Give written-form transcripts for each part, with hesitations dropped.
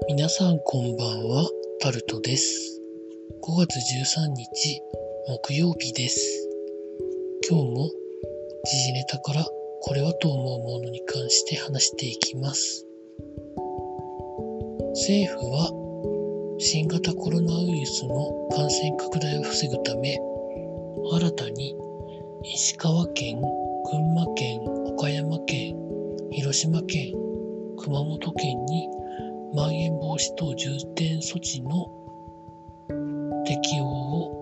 皆さんこんばんは、タルトです。5月13日木曜日です。今日も時事ネタからこれはと思うものに関して話していきます。政府は新型コロナウイルスの感染拡大を防ぐため、新たに石川県、群馬県、岡山県、広島県、熊本県にまん延防止等重点措置の適用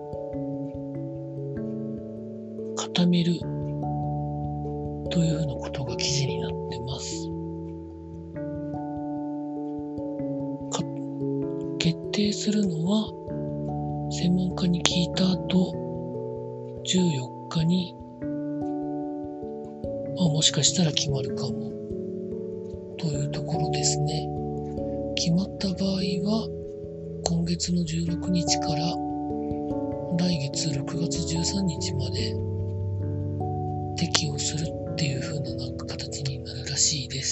を固めるというふうなことが記事になってます。決定するのは専門家に聞いた後14日にもしかしたら決まるかもというところですね。決まった場合は今月の16日から来月6月13日まで適用するっていう風な形になるらしいです。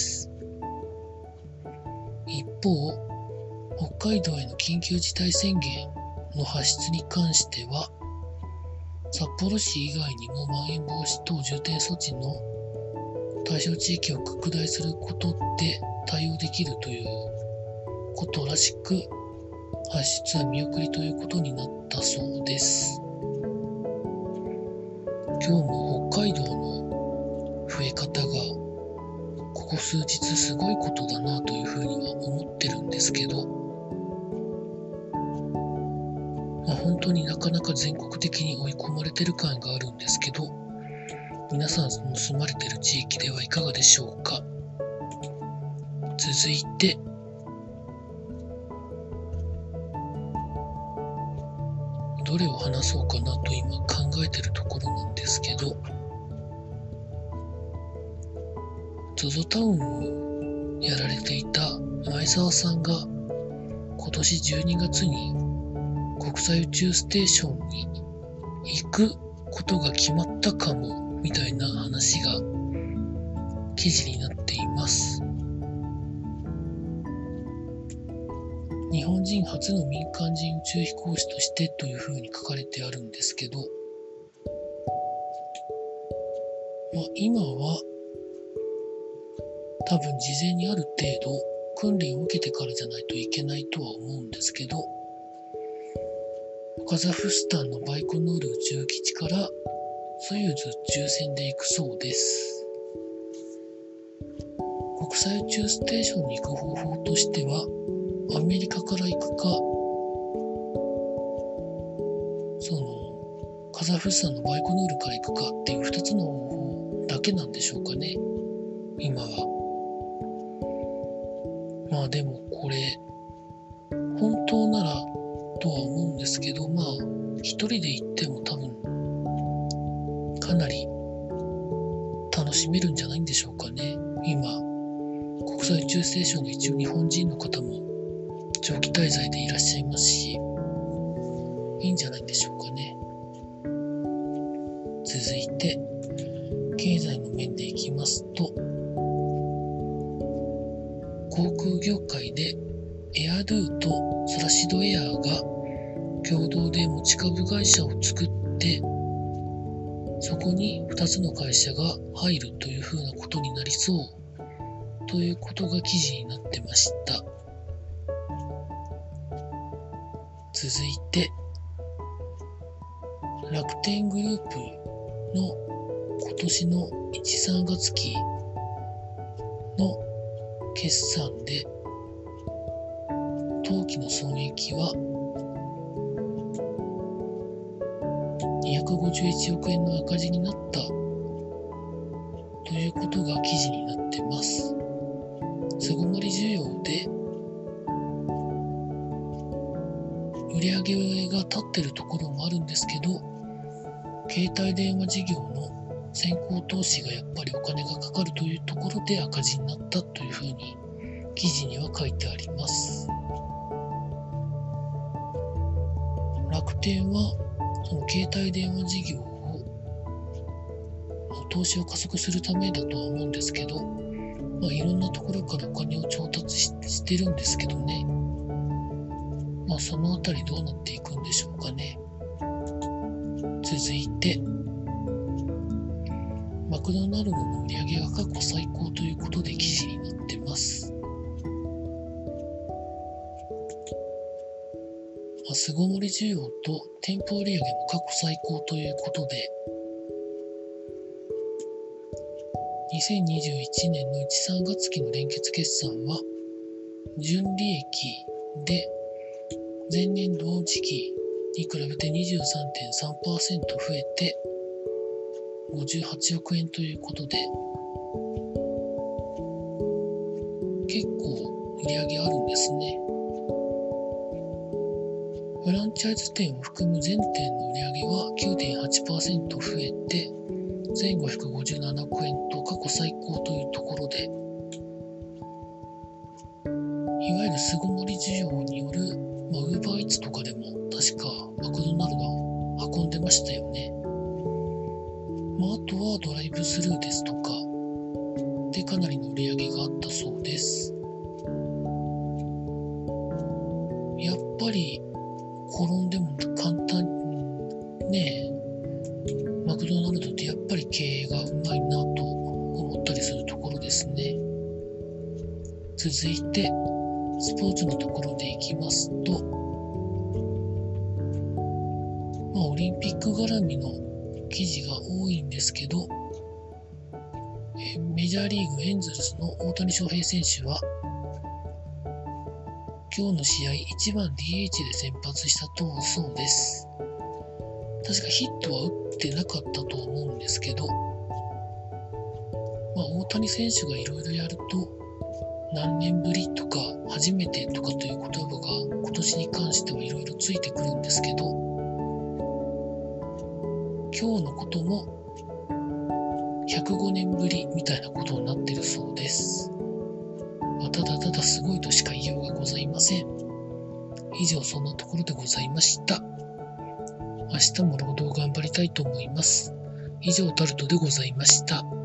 一方、北海道への緊急事態宣言の発出に関しては札幌市以外にもまん延防止等重点措置の対象地域を拡大することで対応できるということらしく、発出は見送りということになったそうです。今日も北海道の増え方がここ数日すごいことだなというふうには思ってるんですけど、本当になかなか全国的に追い込まれてる感があるんですけど、皆さんの住まれてる地域ではいかがでしょうか。続いてどれを話そうかなと今考えてるところなんですけど、 ZOZO タウンをやられていた前澤さんが今年12月に国際宇宙ステーションに行くことが決まったかもみたいな話が記事になっています。日本人初の民間人宇宙飛行士としてというふうに書かれてあるんですけど、今は多分事前にある程度訓練を受けてからじゃないといけないとは思うんですけど、カザフスタンのバイコヌール宇宙基地からソユーズ宇宙船で行くそうです。国際宇宙ステーションに行く方法としてはアメリカから行くか、カザフスタンのバイコヌールから行くかっていう2つの方法だけなんでしょうかね、今は。でもこれ本当ならとは思うんですけど、一人で行っても多分かなり楽しめるんじゃないんでしょうかね。今国際宇宙ステーションに一応日本人の方も長期滞在でいらっしゃいますし、いいんじゃないでしょうかね。続いて経済の面でいきますと、航空業界でエアドゥとソラシドエアーが共同で持ち株会社を作って、そこに2つの会社が入るというふうなことになりそうということが記事になってました。続いて楽天グループの今年の1、3月期の決算で当期の損益は251億円の赤字になったということが記事になってます。巣ごもり需要で売上が立ってるところもあるんですけど、携帯電話事業の先行投資がやっぱりお金がかかるというところで赤字になったというふうに記事には書いてあります。楽天はその携帯電話事業の投資を加速するためだとは思うんですけど、いろんなところからお金を調達してるんですけどね、 そのあたりどうなっていくんでしょうかね。続いて、マクドナルドの売り上げが過去最高ということで記事になってます。巣ごもり需要と店舗売上も過去最高ということで、2021年の1、3月期の連結決算は、純利益で前年同時期に比べて 23.3% 増えて58億円ということで、結構売り上げあるんですね。フランチャイズ店を含む全店の売り上げは 9.8% 増えて1557億円と過去最高というところで、いわゆる巣ごもり需要によるウーバーイーツとかでも確かマクドナルド運んでましたよね。あとはドライブスルーですとかでかなりの売り上げがあったそうです。やっぱり転んでも簡単にね、マクドナルドってやっぱり経営がうまいなと思ったりするところですね。続いてスポーツのところでいきますと、オリンピック絡みの記事が多いんですけど、メジャーリーグエンゼルスの大谷翔平選手は今日の試合1番 DH で先発したそうです。確かヒットは打ってなかったと思うんですけど、大谷選手がいろいろやると何年ぶりとか初めてとかという言葉が今年に関してはいろいろついてくるんですけど、今日のことも105年ぶりみたいなことになってるそうです。ただただすごいとしか言いようがございません。以上そんなところでございました。明日も労働頑張りたいと思います。以上タルトでございました。